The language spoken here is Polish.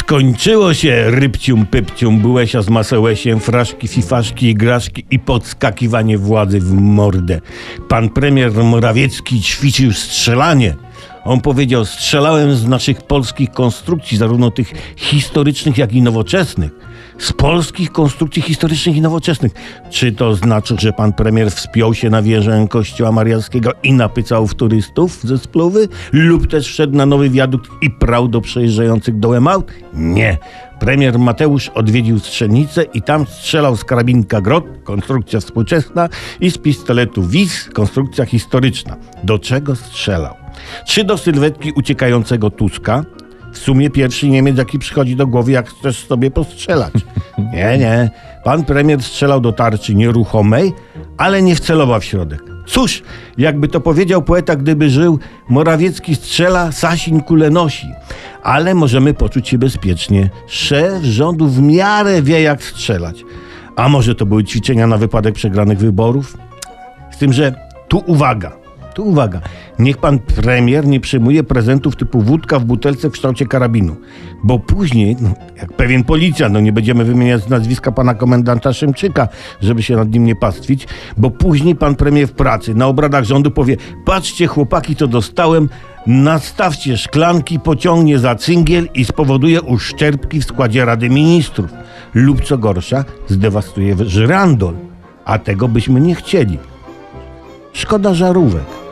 Skończyło się rybcium pypcium, bułesia z masełesiem, fraszki, fifaszki, igraszki i podskakiwanie władzy w mordę. Pan premier Morawiecki ćwiczył strzelanie. On powiedział: strzelałem z naszych polskich konstrukcji, zarówno tych historycznych, jak i nowoczesnych. Z polskich konstrukcji historycznych i nowoczesnych. Czy to znaczy, że pan premier wspiął się na wieżę kościoła mariackiego i napycał w turystów ze spluwy? Lub też wszedł na nowy wiadukt i prał do przejeżdżających dołem aut? Nie. Premier Mateusz odwiedził strzelnicę i tam strzelał z karabinka Grot, konstrukcja współczesna, i z pistoletu Wiz, konstrukcja historyczna. Do czego strzelał? Czy do sylwetki uciekającego Tuska? W sumie pierwszy Niemiec, jaki przychodzi do głowy, jak chcesz sobie postrzelać. Nie. Pan premier strzelał do tarczy nieruchomej, ale nie wcelował w środek. Cóż, jakby to powiedział poeta, gdyby żył: Morawiecki strzela, Sasin kulę nosi. Ale możemy poczuć się bezpiecznie. Szef rządu w miarę wie, jak strzelać. A może to były ćwiczenia na wypadek przegranych wyborów? Z tym, że tu uwaga, niech pan premier nie przyjmuje prezentów typu wódka w butelce w kształcie karabinu. Bo później, jak pewien policjant, nie będziemy wymieniać nazwiska pana komendanta Szymczyka, żeby się nad nim nie pastwić, bo później pan premier w pracy, na obradach rządu powie: patrzcie chłopaki, co dostałem, nastawcie szklanki, pociągnie za cyngiel i spowoduje uszczerbki w składzie Rady Ministrów. Lub co gorsza, zdewastuje żyrandol. A tego byśmy nie chcieli. Szkoda żarówek.